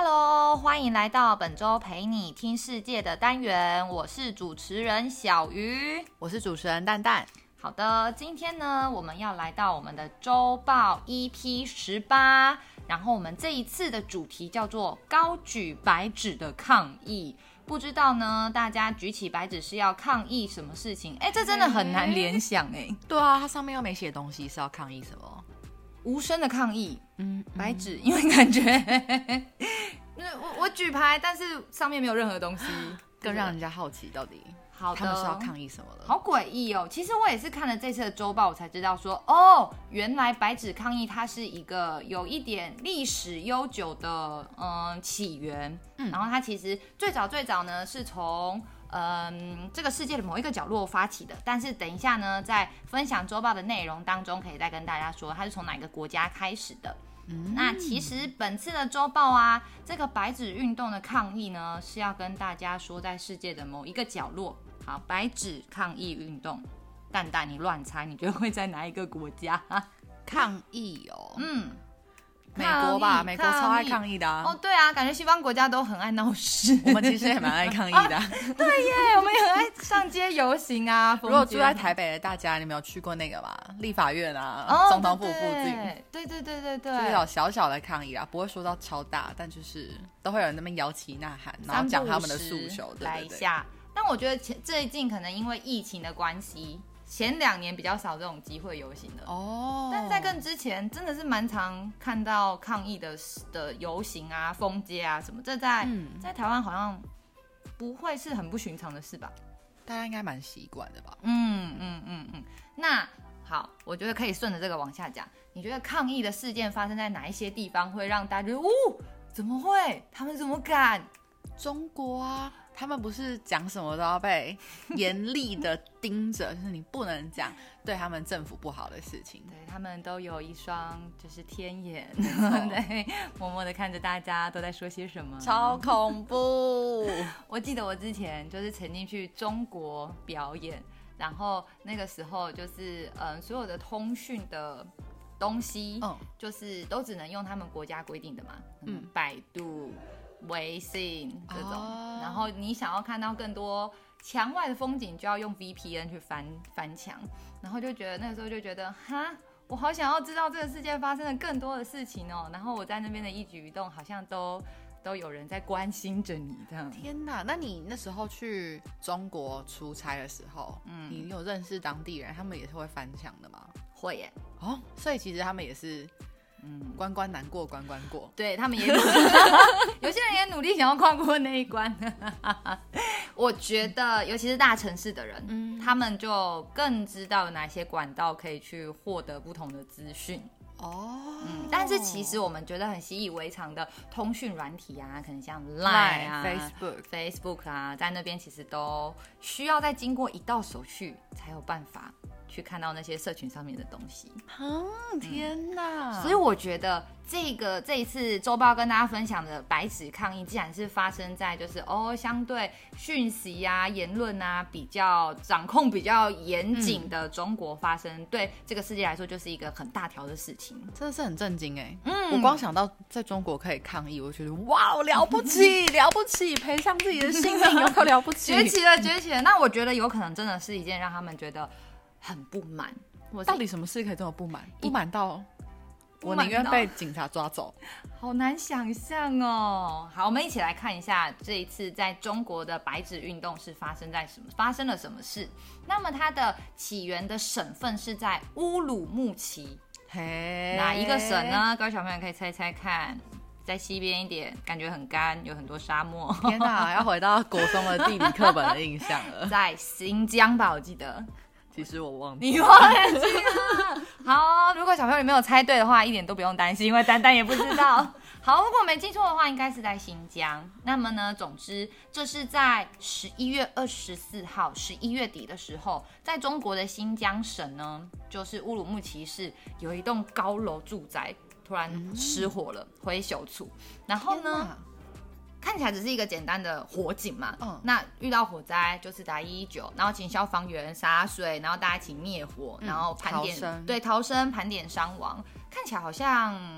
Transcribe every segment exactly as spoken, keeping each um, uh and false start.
Hello， 欢迎来到本周陪你听世界的单元，我是主持人小鱼， 我是主持人蛋蛋。 好的，今天呢，我们要来到我们的周报 E P 十八，然后我们这一次的主题叫做高举白纸的抗议。不知道呢，大家举起白纸是要抗议什么事情？哎，这真的很难联想哎。 对啊，它上面又没写东西，是要抗议什么？ 无声的抗议， 嗯， 白纸，因为感觉我我举牌，但是上面没有任何东西， 更让人家好奇到底好的他们是要抗议什么了。 好诡异哦！其实我也是看了这次的周报，我才知道说，哦，原来白纸抗议它是一个有一点历史悠久的嗯起源，嗯，然后它其实最早最早呢是从嗯，这个世界的某一个角落发起的，但是等一下呢，在分享周报的内容当中，可以再跟大家说它是从哪个国家开始的。嗯、那其实本次的周报啊，这个白纸运动的抗议呢，是要跟大家说，在世界的某一个角落。好，白纸抗议运动，蛋蛋，你乱猜，你觉得会在哪一个国家抗议哦？ 嗯。 美国吧，美国超愛抗議的啊。 哦，對啊，感覺西方國家都很愛鬧事。 我們其實也蠻愛抗議的、啊啊。對耶，我們也很愛上街遊行啊。 如果住在台北的大家，你們有去過那個嗎？立法院啊，哦、總統府附近。 對對對對對。 就是有小小的抗議啦，不會說到超大，但就是都會有人在那邊搖旗吶喊，然後講他們的訴求。對對對。 但我覺得前最近可能因為疫情的關係。前兩年比較少這種機會遊行的哦，但在更之前真的是蠻常看到抗議的的遊行啊、封街啊什麼，這在、嗯、在台灣好像不會是很不尋常的事吧？ 大家應該蠻習慣的吧？ 嗯嗯嗯嗯。那好，我覺得可以順着這個往下講。你覺得抗議的事件發生在哪一些地方會讓大家覺得哦，怎麼會？他們怎麼敢？ 中國啊。他們不是講什麼都要被嚴厲的盯着，就是你不能講對他們政府不好的事情。 對，他們都有一雙就是天眼，對，默默的看着大家都在說些什麼， 超恐怖。 我記得我之前就是曾經去中國表演，然後那個時候就是嗯，所有的通訊的東西，嗯，就是都只能用他們國家規定的嘛，嗯，百度。微信這種、哦，然後你想要看到更多牆外的風景，就要用 V P N 去翻翻牆，然後就覺得那個時候就覺得，哈，我好想要知道這個世界發生了更多的事情哦，然後我在那邊的一舉一動，好像都都有人在關心着你，這樣。 天哪，那你那時候去中國出差的時候，嗯，你有認識當地人，他們也是會翻牆的嗎？ 會耶。 哦，所以其實他們也是。嗯，關關難過關關過， 對，他們也有些人也努力想要跨過那一關。我覺得尤其是大城市的人、嗯、他們就更知道有哪些管道可以去獲得不同的資訊哦、嗯。但是其實我們覺得很習以為常的通訊軟體啊，可能像 Line 啊 Facebook Facebook 啊，在那邊其實都需要再經過一道手續才有辦法去看到那些社群上面的東西。 嗯，天哪！ 所以我覺得這個這一次週報跟大家分享的白紙抗議，既然是發生在就是哦相對訊息啊、言論啊比較掌控比較嚴謹的中國發生、嗯，對這個世界來說就是一個很大條的事情， 真的是很震驚哎！嗯，我光想到在中國可以抗議，我覺得哇，了不起，了不起，賠上自己的性命，有夠了不起， 崛起了，崛起了。那我覺得有可能真的是一件讓他們覺得很不滿。 到底什麼事可以這麼不滿？不滿到我寧願被警察抓走， 好難想象哦。好，我們一起來看一下這一次在中國的白紙運動是發生在什麼發生了什麼事。那麼它的起源的省份是在烏魯木齊，哪一個省呢？各位小朋友可以猜猜看。在西邊一點，感覺很乾，有很多沙漠。 天哪，要回到國中的地理課本的印象了。 在新疆吧，我記得。 其實我忘記了， 你忘記了。好，如果小朋友你沒有猜對的話，一點都不用擔心，因為丹丹也不知道。好，如果沒記錯的話，應該是在新疆。那麼呢，總之，這是在十一月二十四號，十一月底的時候，在中國的新疆省呢，就是烏魯木齊市有一棟高樓住宅突然失火了，灰熊處。然後呢？看起來只是一個簡單的火警嘛，嗯，那遇到火災就是打一一九，然後請消防員灑水，然後大家一起滅火，嗯，然後盤點逃生，對，逃生盤點傷亡，看起來好像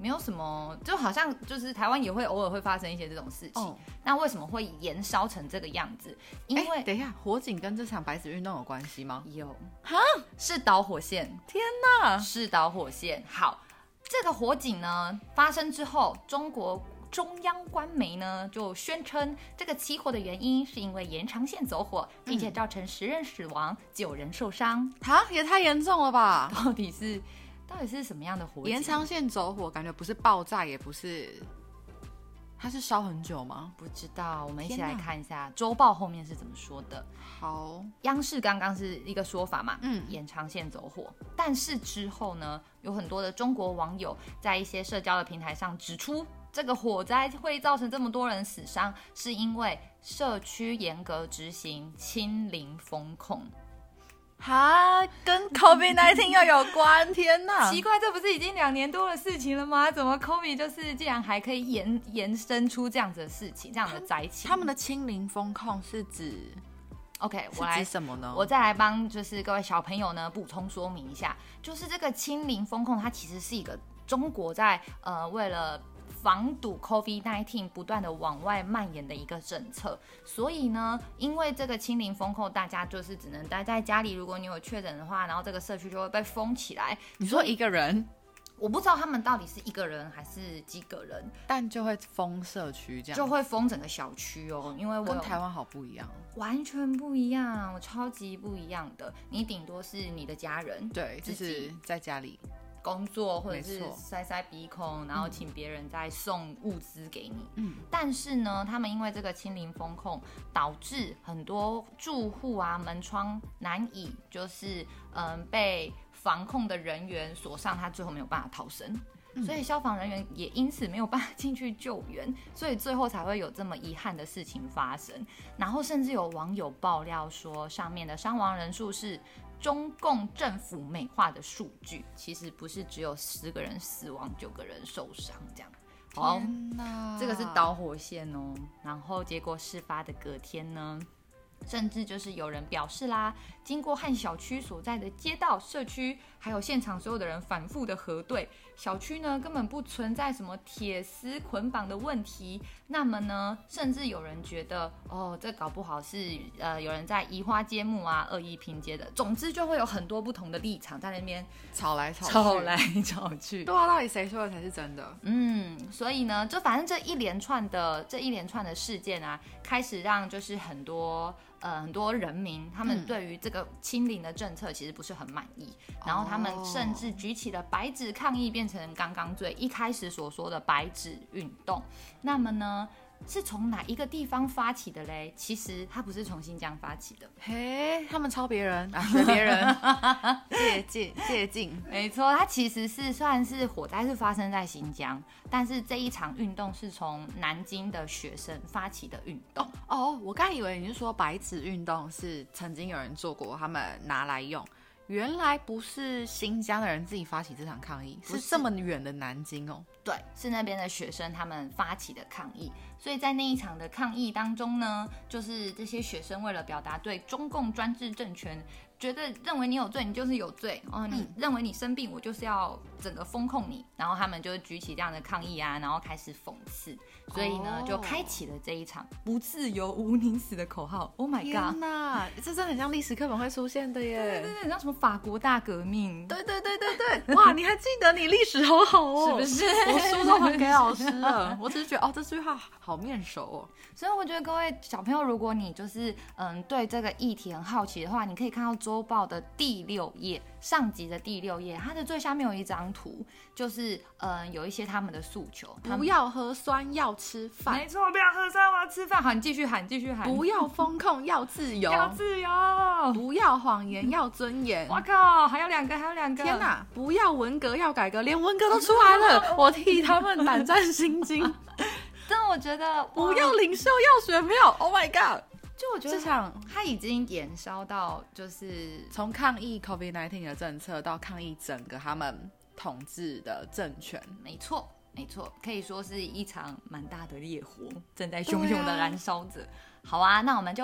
没有什么，就好像就是台湾也会偶尔会发生一些这种事情。哦、那为什么会延烧成这个样子？因为、欸、 等一下，火警跟这场白纸运动有关系吗？ 有， 哈， 是导火线。 天哪， 是导火线。好，这个火警呢发生之后，中国中央官媒呢就宣称，这个起火的原因是因为延长线走火，并且造成十人死亡、九、嗯、人受伤。 哈，也太严重了吧？ 到底是到底是什么样的火警？ 延长线走火，感觉不是爆炸，也不是，它是烧很久吗？ 不知道，我们一起来看一下周报后面是怎么说的。 好， 央视刚刚是一个说法嘛，嗯，延长线走火，但是之后呢，有很多的中国网友在一些社交的平台上指出，这个火灾会造成这么多人死伤，是因为社区严格执行清零风控。 哈，跟 COVID 十九 又有关？天哪！ 奇怪，这不是已经两年多的事情了吗？怎么 COVID 就是竟然还可以延延伸出这样子的事情，这样的灾情？ 他们的清零风控是指 ？OK， 我来是指什么呢？ 我再来帮就是各位小朋友呢补充说明一下，就是这个清零风控，它其实是一个中国在呃为了防堵 COVID 十九 不断的往外蔓延的一个政策，所以呢，因为这个清零风控，大家就是只能待在家里。如果你有确诊的话，然后这个社区就会被封起来。 你说一个人？ 我不知道他们到底是一个人还是几个人， 但就会封社区，这样就会封整个小区哦。因为我跟台湾好不一样， 完全不一样，我超级不一样的。你顶多是你的家人， 对，就是在家里工作，或者是塞塞鼻孔，然后请别人再送物资给你。嗯，但是呢，他们因为这个清零风控，导致很多住户啊门窗难以就是嗯被防控的人员锁上，他最后没有办法逃生。嗯、所以消防人员也因此没有办法进去救援，所以最后才会有这么遗憾的事情发生。然后甚至有网友爆料说，上面的伤亡人数是中共政府美化的数据，其实不是只有十个人死亡，九个人受伤这样。好，这个是导火线哦。然后结果事发的隔天呢，甚至就是有人表示啦，经过和小区所在的街道、社区，还有现场所有的人反复的核对，小区呢根本不存在什么铁丝捆绑的问题。那么呢，甚至有人觉得，哦，这搞不好是呃有人在移花接木啊、恶意拼接的。总之就会有很多不同的立场在那边吵来吵去， 吵来吵去。 对啊，到底谁说的才是真的？ 嗯，所以呢，就反正这一连串的这一连串的事件啊，开始让就是很多。呃，很多人民他们对于这个清零的政策其实不是很满意，嗯、然后他们甚至举起了白纸抗议，变成刚刚最一开始所说的白纸运动。那么呢，是从哪一个地方发起的嘞？其实它不是从新疆发起的， 嘿，他们抄别人啊，学别人，借鉴借镜。 没错，它其实是算是火灾是发生在新疆，但是这一场运动是从南京的学生发起的运动。 哦，我刚以为你是说白纸运动是曾经有人做过，他们拿来用。原来不是新疆的人自己发起这场抗议，是这么远的南京哦。 对，是那边的学生他们发起的抗议。所以在那一场的抗议当中呢，就是这些学生为了表达对中共专制政权觉得认为你有罪，你就是有罪哦，你认为你生病，我就是要整个封控你。然后他们就举起这样的抗议啊，然后开始讽刺，所以呢，就开启了这一场不自由无宁死的口号。Oh my god！ 天哪，这真的很像历史课本会出现的耶！ 对对对，像什么法国大革命？ 对对对对对，哇，你还记得？你历史好好哦， 是不是？ 我书都还给老师了，我只是觉得哦，这句话好面熟哦。 所以我觉得各位小朋友，如果你就是嗯对这个议题很好奇的话，你可以看到周报的第六页，上集的第六页，它的最下面有一张图，就是嗯有一些他们的诉求， 不要核酸，要吃饭。 没错，不要核酸，我要吃饭。好，你继续喊，继续喊。 不要封控，要自由， 要自由。 不要谎言，要尊严。 我靠，还有两个，还有两个。 天哪！不要文革，要改革，连文革都出来了，我替他们胆战心惊。 但我觉得不要领袖，要选票。Oh my god！ 就我觉得这场它已经延烧到，就是从抗议 COVID 十九 的政策到抗议整个他们统治的政权。 没错，没错，可以说是一场蛮大的烈火，正在熊熊的燃烧着。啊、好啊，那我们就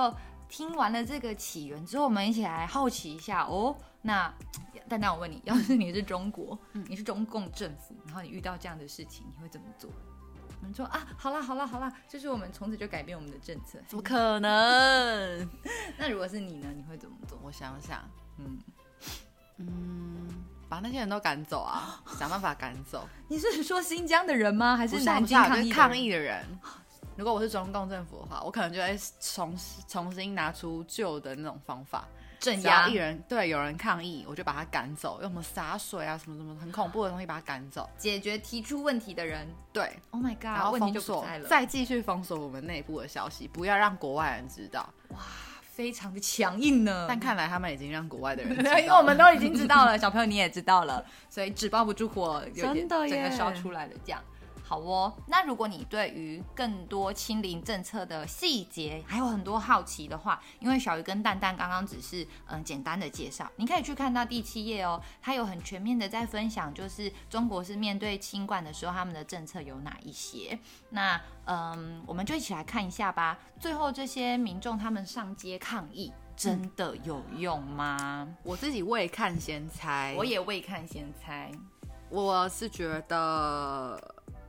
听完了这个起源之后，我们一起来好奇一下哦。那蛋蛋，我问你，要是你是中国，嗯、你是中共政府，然后你遇到这样的事情，你会怎么做？我们说啊，好啦好啦好啦，就是我们从此就改变我们的政策。 怎么可能？ 那如果是你呢？你会怎么做？ 我想想，嗯嗯，把那些人都赶走啊，想办法赶走。 你是说新疆的人吗？还是南京抗议抗议的人？如果我是中共政府的话，我可能就会重重新拿出旧的那种方法镇压。 一人对有人抗议，我就把他赶走，用什么洒水啊，什么什么很恐怖的东西把他赶走， 解决提出问题的人。 对 ，Oh my god， 然后封锁，再继续封锁我们内部的消息，不要让国外人知道。 哇，非常的强硬呢。 但看来他们已经让国外的人知道了， 因为我们都已经知道了，小朋友你也知道了，所以纸包不住火，有点真的耶， 整个烧出来了这样。好哦，那如果你对于更多清零政策的细节还有很多好奇的话，因为小鱼跟蛋蛋刚刚只是嗯简单的介绍，你可以去看到第七页哦，它有很全面的在分享，就是中国是面对清冠的时候他们的政策有哪一些。那嗯，我们就一起来看一下吧。最后这些民众他们上街抗议，真的有用吗？ 嗯、我自己未看先猜， 我也未看先猜。 我是觉得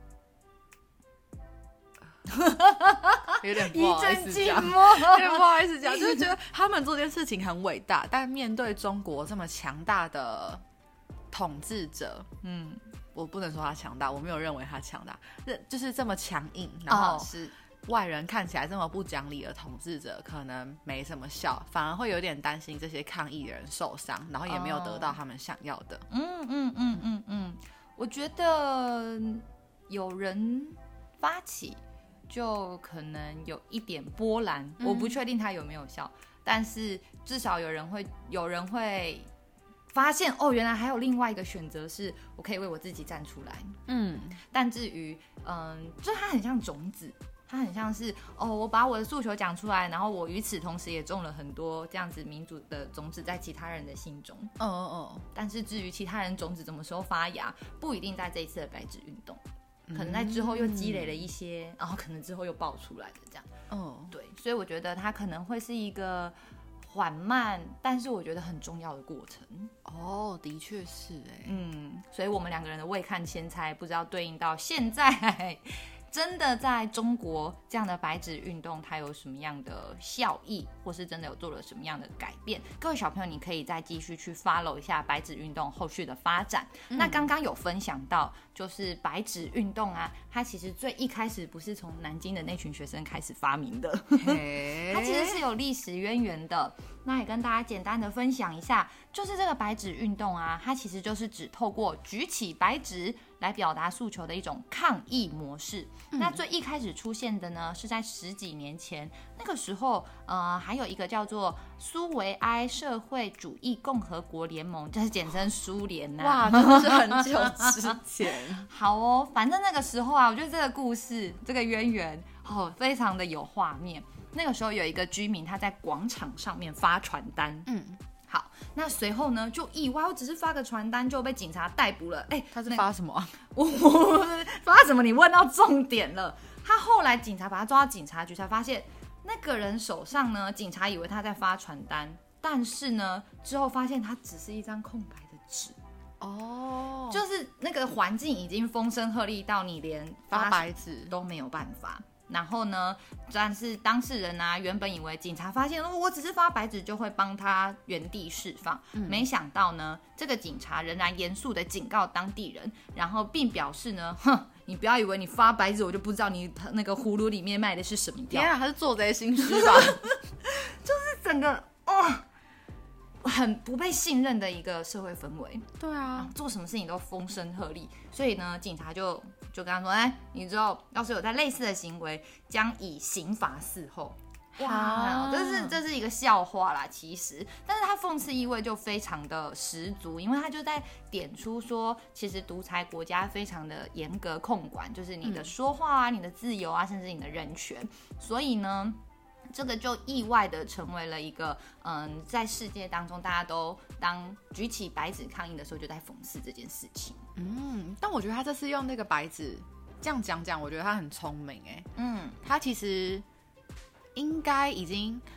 有点不好意思讲，有点不好意思讲，就是觉得他们做这件事情很伟大，但面对中国这么强大的统治者，嗯，我不能说他强大，我没有认为他强大，就是这么强硬，然后是外人看起来这么不讲理的统治者，可能没什么效，反而会有点担心这些抗议的人受伤，然后也没有得到他们想要的。 嗯嗯嗯嗯嗯，我觉得有人发起就可能有一点波澜，嗯、我不确定它有没有效，但是至少有人会有人会发现哦，原来还有另外一个选择，是我可以为我自己站出来。嗯，但至于嗯，就它很像种子，它很像是哦，我把我的诉求讲出来，然后我与此同时也种了很多这样子民主的种子在其他人的心中。嗯嗯嗯。但是至于其他人种子什么时候发芽，不一定在这一次的白纸运动。可能在之后又积累了一些，嗯、然后可能之后又爆出来的这样。嗯，对，所以我觉得它可能会是一个缓慢，但是我觉得很重要的过程。 哦，的确是哎， 嗯，所以我们两个人的未看先猜，不知道对应到现在真的在中国这样的白纸运动它有什么样的效益，或是真的有做了什么样的改变。各位小朋友你可以再继续去 follow 一下白纸运动后续的发展。嗯、那刚刚有分享到就是白纸运动啊，它其实最一开始不是从南京的那群学生开始发明的它其实是有历史渊源的。那也跟大家简单的分享一下，就是这个白纸运动啊，它其实就是只透过举起白纸来表达诉求的一种抗议模式。嗯、那最一开始出现的呢，是在十几年前，那个时候，呃，还有一个叫做苏维埃社会主义共和国联盟，就是简称苏联呐、 啊。哇，真的是很久之前。 好哦，反正那个时候啊，我觉得这个故事，这个渊源，哦，非常的有画面。那个时候有一个居民，他在广场上面发传单。嗯。好，那随后呢，就意外，我只是发个传单就被警察逮捕了。哎， 他是发什么、啊？ 我发什么？你问到重点了。他后来警察把他抓到警察局，才发现那个人手上呢，警察以为他在发传单，但是呢，之后发现他只是一张空白的纸。哦，就是那个环境已经风声鹤唳到你连发白纸都没有办法。然后呢，但是当事人啊，原本以为警察发现、哦、我只是发白纸就会帮他原地释放、嗯、没想到呢，这个警察仍然严肃的警告当地人，然后并表示呢，哼，你不要以为你发白纸我就不知道你那个葫芦里面卖的是什么药。 天啊，他是做贼心虚吧就是整个哦，很不被信任的一个社会氛围。 对啊， 做什么事情都风声鹤唳，所以呢，警察就就跟他说，哎，你之后要是有在类似的行为，将以刑罚伺候。哇，这是这是一个笑话啦，其实，但是它讽刺意味就非常的十足，因为他就在点出说，其实独裁国家非常的严格控管，就是你的说话啊、嗯、你的自由啊，甚至你的人权，所以呢。这个就意外的成为了一个，嗯，在世界当中，大家都当举起白纸抗议的时候，就在讽刺这件事情。 嗯，但我觉得他这次用那个白纸这样讲讲，我觉得他很聪明哎。嗯，他其实应该已经，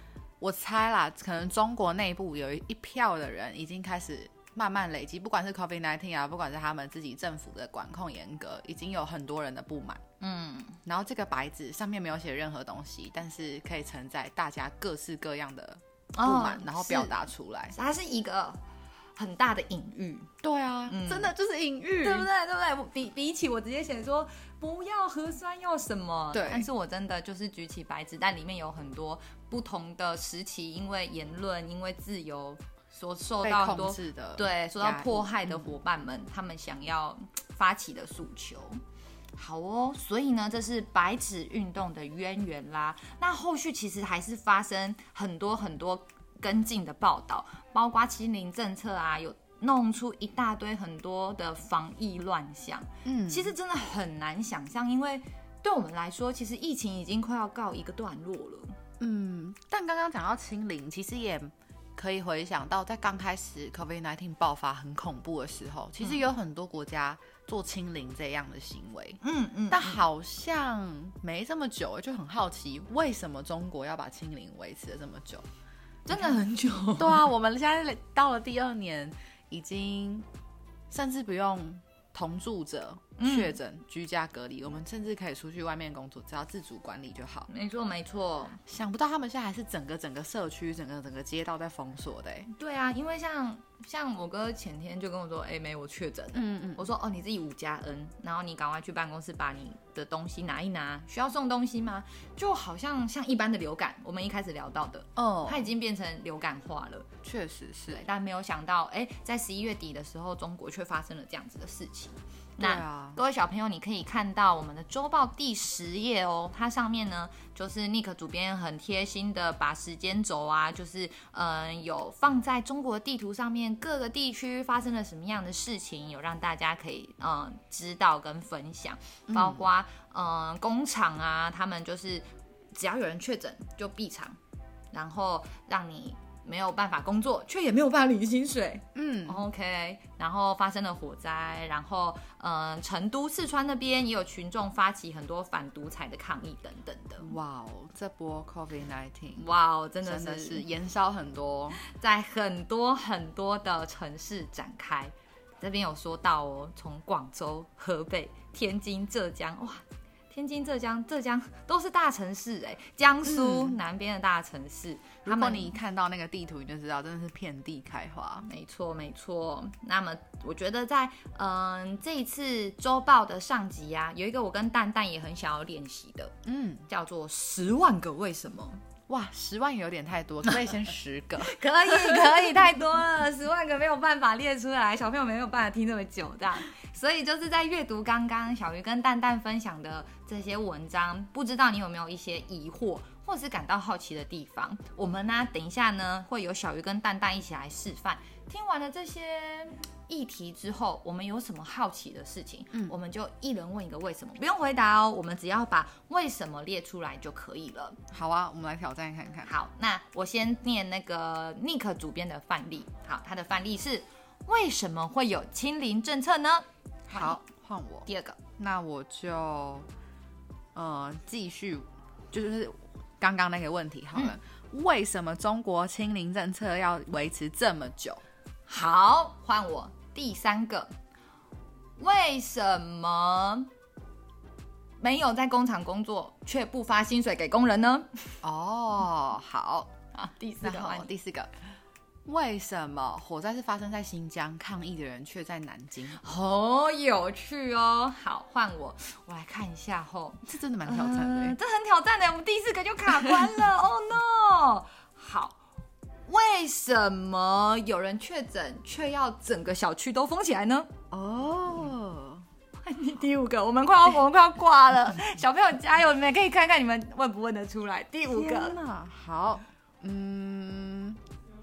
我猜啦，可能中国内部有一票的人已经开始慢慢累积，不管是 COVID 十九 啊，不管是他们自己政府的管控严格，已经有很多人的不满。嗯，然后这个白纸上面没有写任何东西，但是可以承载大家各式各样的不满，哦、然后表达出来。 它是一个很大的隐喻。 对啊，嗯、真的就是隐喻， 对不对？对不对？比比起我直接写说不要核酸要什么，对，但是我真的就是举起白纸，但里面有很多不同的时期，因为言论，因为自由。所受到很多对受到迫害的伙伴们、嗯，他们想要发起的诉求。好哦，所以呢，这是白纸运动的渊源啦。那后续其实还是发生很多很多跟进的报道，包括清零政策啊，有弄出一大堆很多的防疫乱象。嗯，其实真的很难想象，因为对我们来说，其实疫情已经快要告一个段落了。 嗯，但刚刚讲到清零，其实也可以回想到，在刚开始 COVID 十九 爆发很恐怖的时候，其实有很多国家做清零这样的行为，嗯嗯，但好像没这么久，就很好奇为什么中国要把清零维持了这么久， 真的很久。 对啊，我们现在到了第二年，已经甚至不用同住者确诊、嗯、居家隔离，我们甚至可以出去外面工作，只要自主管理就好。 没错没错， 想不到他们现在还是整个整个社区、整个整个街道在封锁的。 对啊，因为像像我哥前天就跟我说，哎、欸，没我确诊了。嗯嗯，我说哦，你自己五加 N， 然后你赶快去办公室把你的东西拿一拿。需要送东西吗？就好像像一般的流感，我们一开始聊到的，哦，它已经变成流感化了。 确实是， 但没有想到，哎、欸，在十一月底的时候，中国却发生了这样子的事情。那、啊、各位小朋友，你可以看到我们的周报第十页哦，它上面呢就是 Nick 主编很贴心的把时间轴啊，就是嗯、呃、有放在中国地图上面各个地区发生了什么样的事情，有让大家可以嗯、呃、知道跟分享，包括嗯、呃、工厂啊，他们就是只要有人确诊就闭厂，然后让你没有办法工作，却也没有办法领薪水。嗯 ，OK。然后发生了火灾，然后嗯、呃，成都、四川那边也有群众发起很多反独裁的抗议等等的。 哇哦，这波 COVID 十九， 哇哦，真的是真的是延烧很多， 在很多很多的城市展开。这边有说到哦，从广州、河北、天津、浙江，哇。天津、浙江、浙江都是大城市哎、欸，江苏南边的大城市，嗯、 如果你看到那个地图，你就知道真的是遍地开花。 没错，没错。那么我觉得在嗯这一次周报的上集啊，有一个我跟蛋蛋也很想要练习的，嗯，叫做十万个为什么。 哇，十万有点太多，可不可以先十个？ 可以，可以，太多了，十万个没有办法列出来，小朋友没有办法听这么久这样。所以就是在阅读刚刚小鱼跟蛋蛋分享的这些文章，不知道你有没有一些疑惑，或是感到好奇的地方？我们呢，等一下呢会有小鱼跟蛋蛋一起来示范。听完了这些议题之后，我们有什么好奇的事情，嗯，我们就一人问一个为什么，不用回答哦，我们只要把为什么列出来就可以了。 好啊，我们来挑战看看。 好，那我先念那个 Nick 主编的范例。好，他的范例是为什么会有清零政策呢？ 好，换我。 第二个， 那我就呃继续，就是刚刚那个问题好了、嗯。为什么中国清零政策要维持这么久？ 好，换我。第三个，为什么没有在工厂工作却不发薪水给工人呢？ 哦，好啊，第四个， 换我。第四个。为什么火灾是发生在新疆，抗议的人却在南京？ 好、哦、有趣哦！好，换我，我来看一下吼， 这真的蛮挑战的、呃， 这很挑战的，我们第四个就卡关了，Oh no！ 好，为什么有人确诊却要整个小区都封起来呢？哦，第五个，我们快要我们快要挂了，小朋友加油，你们可以看看你们问不问得出来。第五个， 天哪，好，嗯。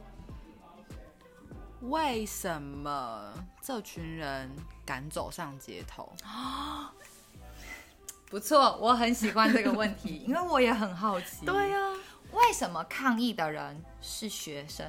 为什么这群人敢走上街头？ 不错，我很喜欢这个问题，因为我也很好奇。 对啊， 为什么抗议的人是学生？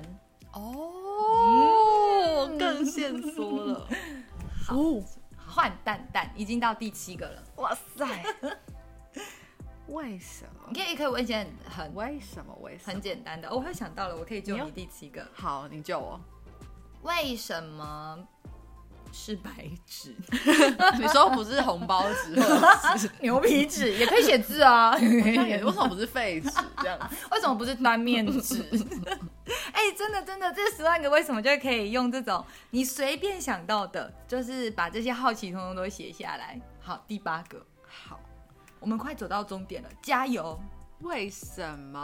哦，嗯、更线索了。 好，换蛋蛋，已经到第七个了。 哇塞！ 为什么？ 你可以也可以问一些很为什么？为什么？ 很简单的。哦，我又想到了，我可以救你第七个。 好，你救我。 为什么是白纸？ 你说不是红包纸或者是牛皮纸也可以写字啊？ 为什么不是废纸这样？ 为什么不是单面纸？哎、欸，真的真的，这十万个为什么就可以用这种你随便想到的，就是把这些好奇通通都写下来。好，第八个，好，我们快走到终点了，加油！ 为什么？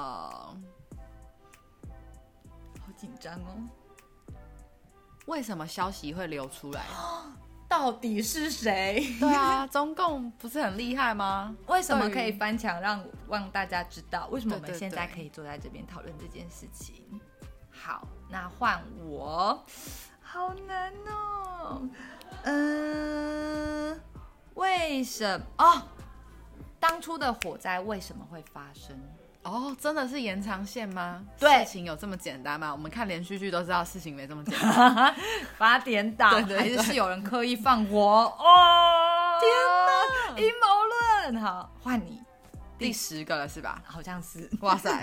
好紧张哦！ 为什么消息会流出来？ 到底是谁？ 对啊，中共不是很厉害吗？ 为什么可以翻墙让让大家知道？为什么我们现在对对对可以坐在这边讨论这件事情？好，那换我，好难哦。嗯、呃，为什么？哦，当初的火灾为什么会发生？ 哦，真的是延长线吗？ 对， 事情有这么简单吗？我们看连续剧都知道事情没这么简单。 八点档， 对对对， 还是是有人刻意放火？哦， 天哪， 阴谋论！好，换你， 第十个了是吧？ 好像是。 哇塞，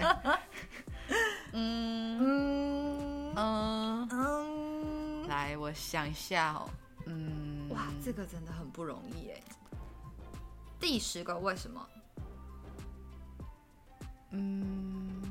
嗯嗯嗯嗯，来，我想一下哦。嗯， 哇，这个真的很不容易耶。第十个为什么？ 嗯，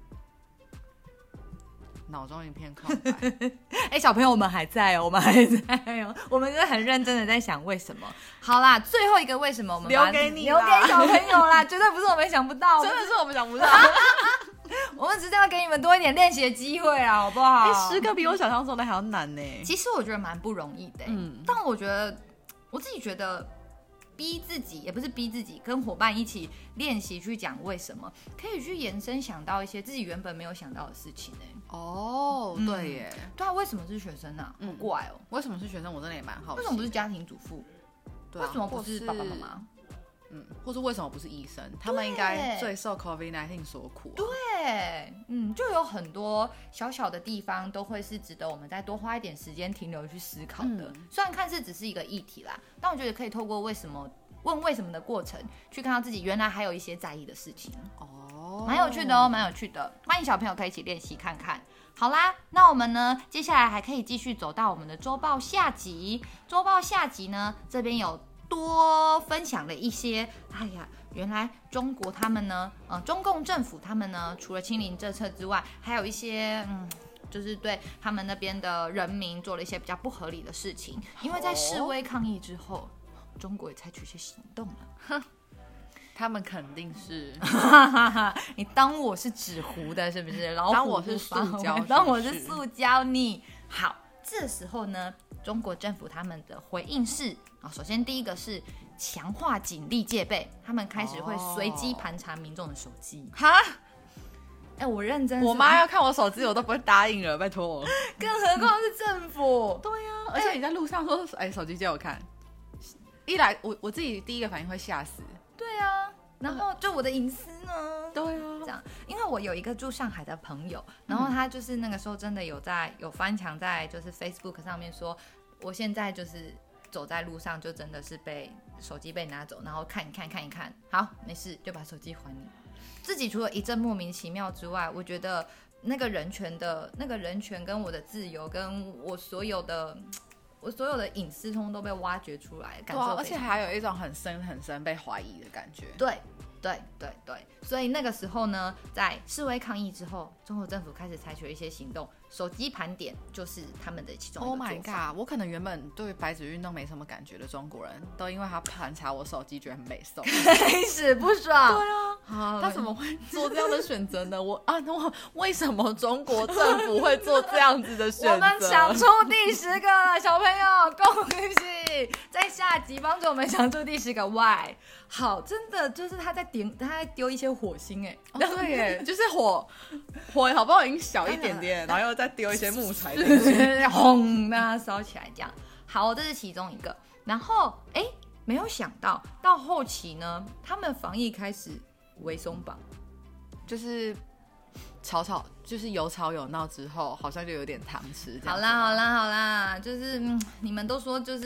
脑中一片空白。 哎、欸，小朋友，我们还在哦，我们还在哦，我们是很认真的在想为什么。好啦，最后一个为什么我们留给你， 留给小朋友啦，绝对不是我们想不到， 真的是我们想不到。 我们只是要给你们多一点练习的机会啊，好不好？ 哎、欸，十个比我想象中的还要难呢。 其实我觉得蛮不容易的，嗯，但我觉得我自己觉得。逼自己也不是逼自己，跟伙伴一起练习去讲为什么，可以去延伸想到一些自己原本没有想到的事情哎。 哦，对耶、嗯， 对啊，为什么是学生啊？好怪哦、 嗯。为什么是学生？我真的也蛮好奇。 为什么不是家庭主妇？ 对啊、 为什么不是爸爸妈妈？ 嗯，或是为什么不是医生？他们应该最受 COVID 十九 所苦、啊。 对，嗯，就有很多小小的地方都会是值得我们再多花一点时间停留去思考的。嗯、虽然看似只是一个议题啦，但我觉得可以透过为什么问为什么的过程，去看到自己原来还有一些在意的事情。哦，蛮有趣的哦，蛮有趣的。欢迎小朋友可以一起练习看看。好啦，那我们呢，接下来还可以继续走到我们的周报下集。周报下集呢，这边有。多分享了一些，哎呀，原来中国他们呢，呃，中共政府他们呢，除了清零政策之外，还有一些，嗯，就是对他们那边的人民做了一些比较不合理的事情。因为在示威抗议之后，中国也采取一些行动了。 他们肯定是， 你当我是纸糊的，是不是？老虎当我是塑胶， 当我是塑胶你好。这时候呢，中国政府他们的回应是啊，首先第一个是强化警力戒备，他们开始会随机盘查民众的手机。哈、哦，哎、欸，我认真， 我妈要看我手机，我都不会答应了，拜托我。 更何况是政府。 对呀、啊，而且你在路上说，哎、欸，手机借我看，一来我我自己第一个反应会嚇死。 对啊。然后就我的隐私呢？ 对啊， 这样，因为我有一个住上海的朋友，然后他就是那个时候真的有在有翻墙在就是 Facebook 上面说，我现在就是走在路上就真的是被手机被拿走，然后看一看看一看，好没事就把手机还你。自己除了一阵莫名其妙之外，我觉得那个人权的那个人权跟我的自由跟我所有的。我所有的隐私通通都被挖掘出来，感受、 啊、而且还有一种很深很深被怀疑的感觉。 对对对对，所以那个时候呢，在示威抗议之后，中国政府开始采取了一些行动，手机盘点就是他们的其中一个做法。 Oh my god， 我可能原本对白纸运动没什么感觉的中国人，都因为他盘查我手机觉得很美送， 开始不爽。 对啊，他怎么会做这样的选择呢？我啊，我为什么中国政府会做这样子的选择？ 我们想出第十个了，小朋友，恭喜！在下集帮助我们想出第十个 why。好，真的就是他在点，他在丢一些火星哎、 欸哦，对耶，就是火火好不好已经小一点点，然后又再丢一些木材进去， 轰，让它烧起来这样。好，这是其中一个。然后哎，没有想到到后期呢，他们防疫开始微松绑， 就是吵吵，就是有吵有闹之后，好像就有点糖吃。 好啦好啦好啦，就是、嗯、你们都说就是。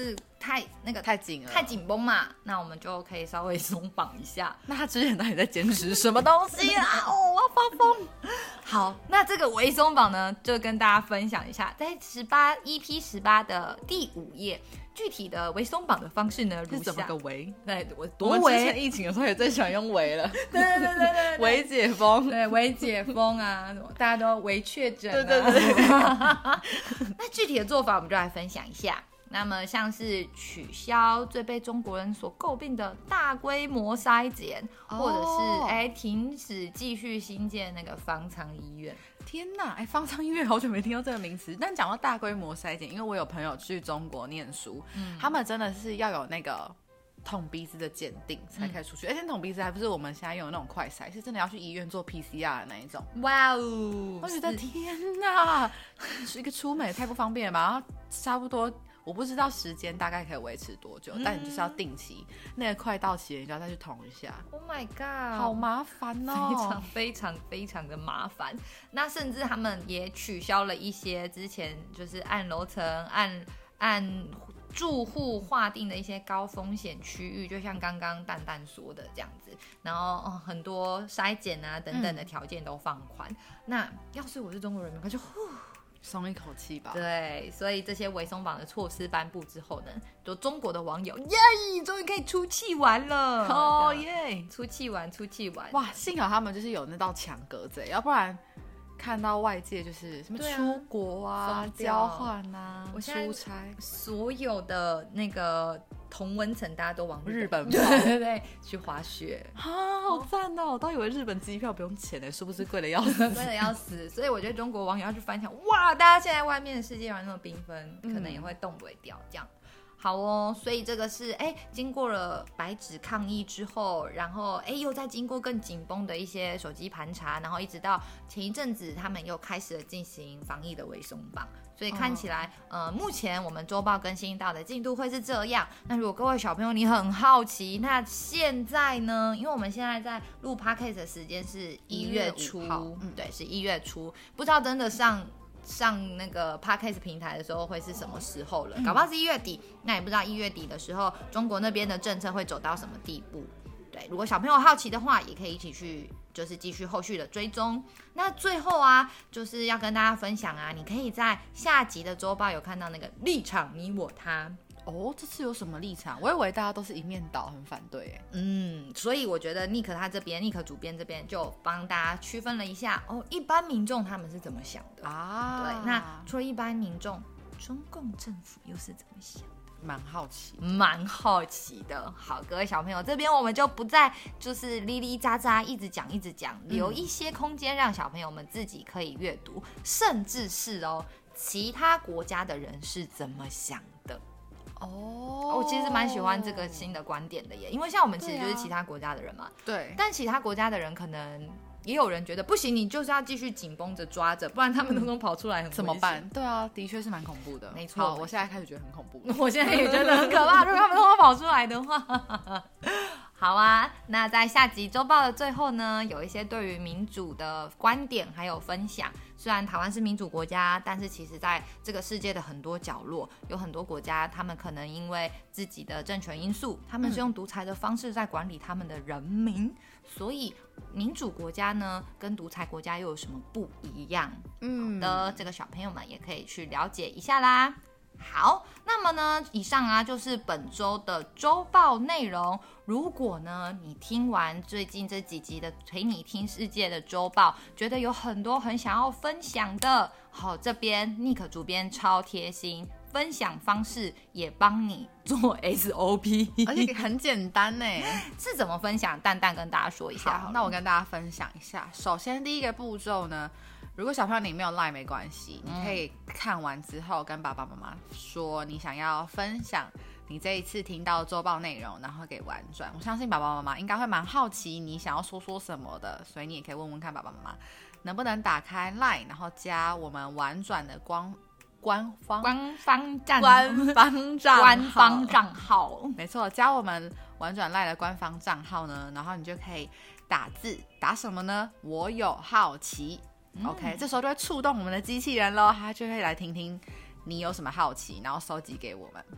太那个太紧了， 太紧绷嘛，那我们就可以稍微松绑一下。 那他之前到底在坚持什么东西啊？哦，我要发疯。 好，那这个微松绑呢，就跟大家分享一下，在十八 E P 十八的第五页。具体的微松绑的方式呢，如下。 是怎么个微？ 对，我多微。我之前疫情的时候也最喜欢用微了。 对对对对对， 微解封。 对，微解封啊，大家都微确诊、啊。 对对对。 那具体的做法，我们就来分享一下。那么像是取消最被中国人所诟病的大规模筛检，哦、或者是哎停止继续新建那个方舱医院。 天哪，哎，方舱医院好久没听到这个名词。但讲到大规模筛检，因为我有朋友去中国念书，嗯、他们真的是要有那个捅鼻子的检定才可以出去，嗯、而且捅鼻子还不是我们现在用的那种快筛，是真的要去医院做 P C R 的那一种。 哇哦！ 我觉得天哪，一个出门也太不方便了吧？然后差不多。我不知道时间大概可以维持多久，嗯、但你就是要定期，那个快到期了，你就要再去捅一下。 Oh my god， 好麻烦哦， 非常非常非常的麻烦。那甚至他们也取消了一些之前就是按楼层、按按住户划定的一些高风险区域，就像刚刚蛋蛋说的这样子。然后、哦、很多筛检啊等等的条件都放宽。嗯、那要是我是中国人民，我就呼。 松一口气吧。 对，所以这些微松绑的措施颁布之后呢，就中国的网友耶，终于可以出去玩了哦耶， 出去玩，出去玩。 哇，幸好他们就是有那道墙隔着，要不然看到外界就是什么出国啊、啊交换啊、出差， 所有的那个同温层大家都往日本跑， 对对对，去滑雪啊，好赞哦！我都以为日本机票不用钱呢，殊不知贵的要死， 贵的要死。所以我觉得中国网友要去翻墙，哇，大家现在外面的世界那么缤纷，可能也会动不掉这样。好哦，所以这个是哎，经过了白纸抗议之后，然后哎又再经过更紧绷的一些手机盘查，然后一直到前一阵子他们又开始了进行防疫的微松绑，所以看起来、哦、呃目前我们周报更新到的进度会是这样。那如果各位小朋友你很好奇，那现在呢，因为我们现在在录 podcast 的时间是一月初，嗯，对，是一月初，不知道真的上。上那个 podcast 平台的时候会是什么时候了？搞不好是一月底，那也不知道一月底的时候中国那边的政策会走到什么地步。对，如果小朋友好奇的话，也可以一起去，就是继续后续的追踪。那最后啊，就是要跟大家分享啊，你可以在下集的周报有看到那个立场你我他。 哦，这次有什么立场？我以为大家都是一面倒，很反对耶。 嗯，所以我觉得尼克他这边，尼克主编这边就帮大家区分了一下哦，一般民众他们是怎么想的啊？对，那除了一般民众，中共政府又是怎么想的？ 蛮好奇， 蛮好奇的。好，各位小朋友，这边我们就不再就是哩哩喳喳一直讲一直讲，留一些空间让小朋友们自己可以阅读，甚至是哦，其他国家的人是怎么想的。哦，我其实蛮喜欢这个新的观点的耶，因为像我们其实就是其他国家的人嘛， 对， 但其他国家的人可能也有人觉得不行，你就是要继续紧绷着抓着，不然他们通通跑出来很危险、嗯、 怎么办？对啊，的确是蛮恐怖的， 没错。 我现在开始觉得很恐怖， 我现在也觉得很可怕。如果他们通通跑出来的话，好啊。那在下集周报的最后呢，有一些对于民主的观点还有分享。虽然台湾是民主国家，但是其实在这个世界的很多角落，有很多国家他们可能因为自己的政权因素，他们是用独裁的方式在管理他们的人民、嗯、所以民主国家呢跟独裁国家又有什么不一样？嗯，好的，这个小朋友们也可以去了解一下啦。好，那么呢，以上啊就是本周的周报内容。如果呢，你听完最近这几集的陪你听世界的周报，觉得有很多很想要分享的，好，这边 Nick 主编超贴心，分享方式也帮你做 S O P， 而且很简单呢。 是怎么分享？蛋蛋跟大家说一下。 好，那我跟大家分享一下。首先第一个步骤呢，如果小朋友你没有 Line 没关系，你可以看完之后跟爸爸妈妈说你想要分享你这一次听到周报内容，然后给婉转。我相信爸爸妈妈应该会蛮好奇你想要说说什么的，所以你也可以问问看爸爸妈妈能不能打开 Line， 然后加我们婉转的官官方官方账官方账官方账号， 没错，加我们婉转 Line 的官方账号呢，然后你就可以打字，打什么呢？我有好奇。OK， 这时候就会触动我们的机器人咯，他就会来听听你有什么好奇，然后收集给我们。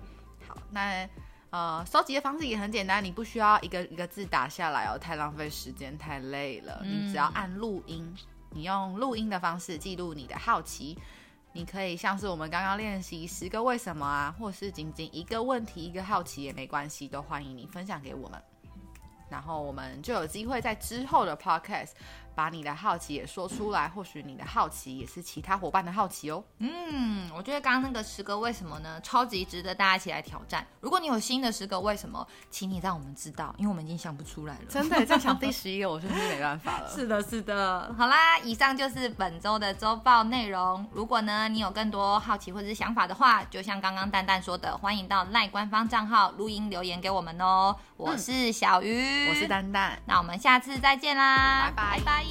好，那呃，收集的方式也很简单，你不需要一个一个字打下来哦，太浪费时间，太累了。嗯、你只要按录音，你用录音的方式记录你的好奇。你可以像是我们刚刚练习十个为什么啊，或是仅仅一个问题一个好奇也没关系，都欢迎你分享给我们，然后我们就有机会在之后的 podcast 把你的好奇也说出来，或许你的好奇也是其他伙伴的好奇哦。 嗯，我觉得刚刚那个十个为什么呢，超级值得大家一起来挑战。如果你有新的十个为什么，请你让我们知道，因为我们已经想不出来了。 真的，再想第十一个，我真是没办法了。 是的，是的。好啦，以上就是本周的周报内容。如果呢你有更多好奇或者是想法的话，就像刚刚蛋蛋说的，欢迎到赖官方账号录音留言给我们哦。我是小鱼， 我是蛋蛋， 那我们下次再见啦， 拜拜。 拜拜。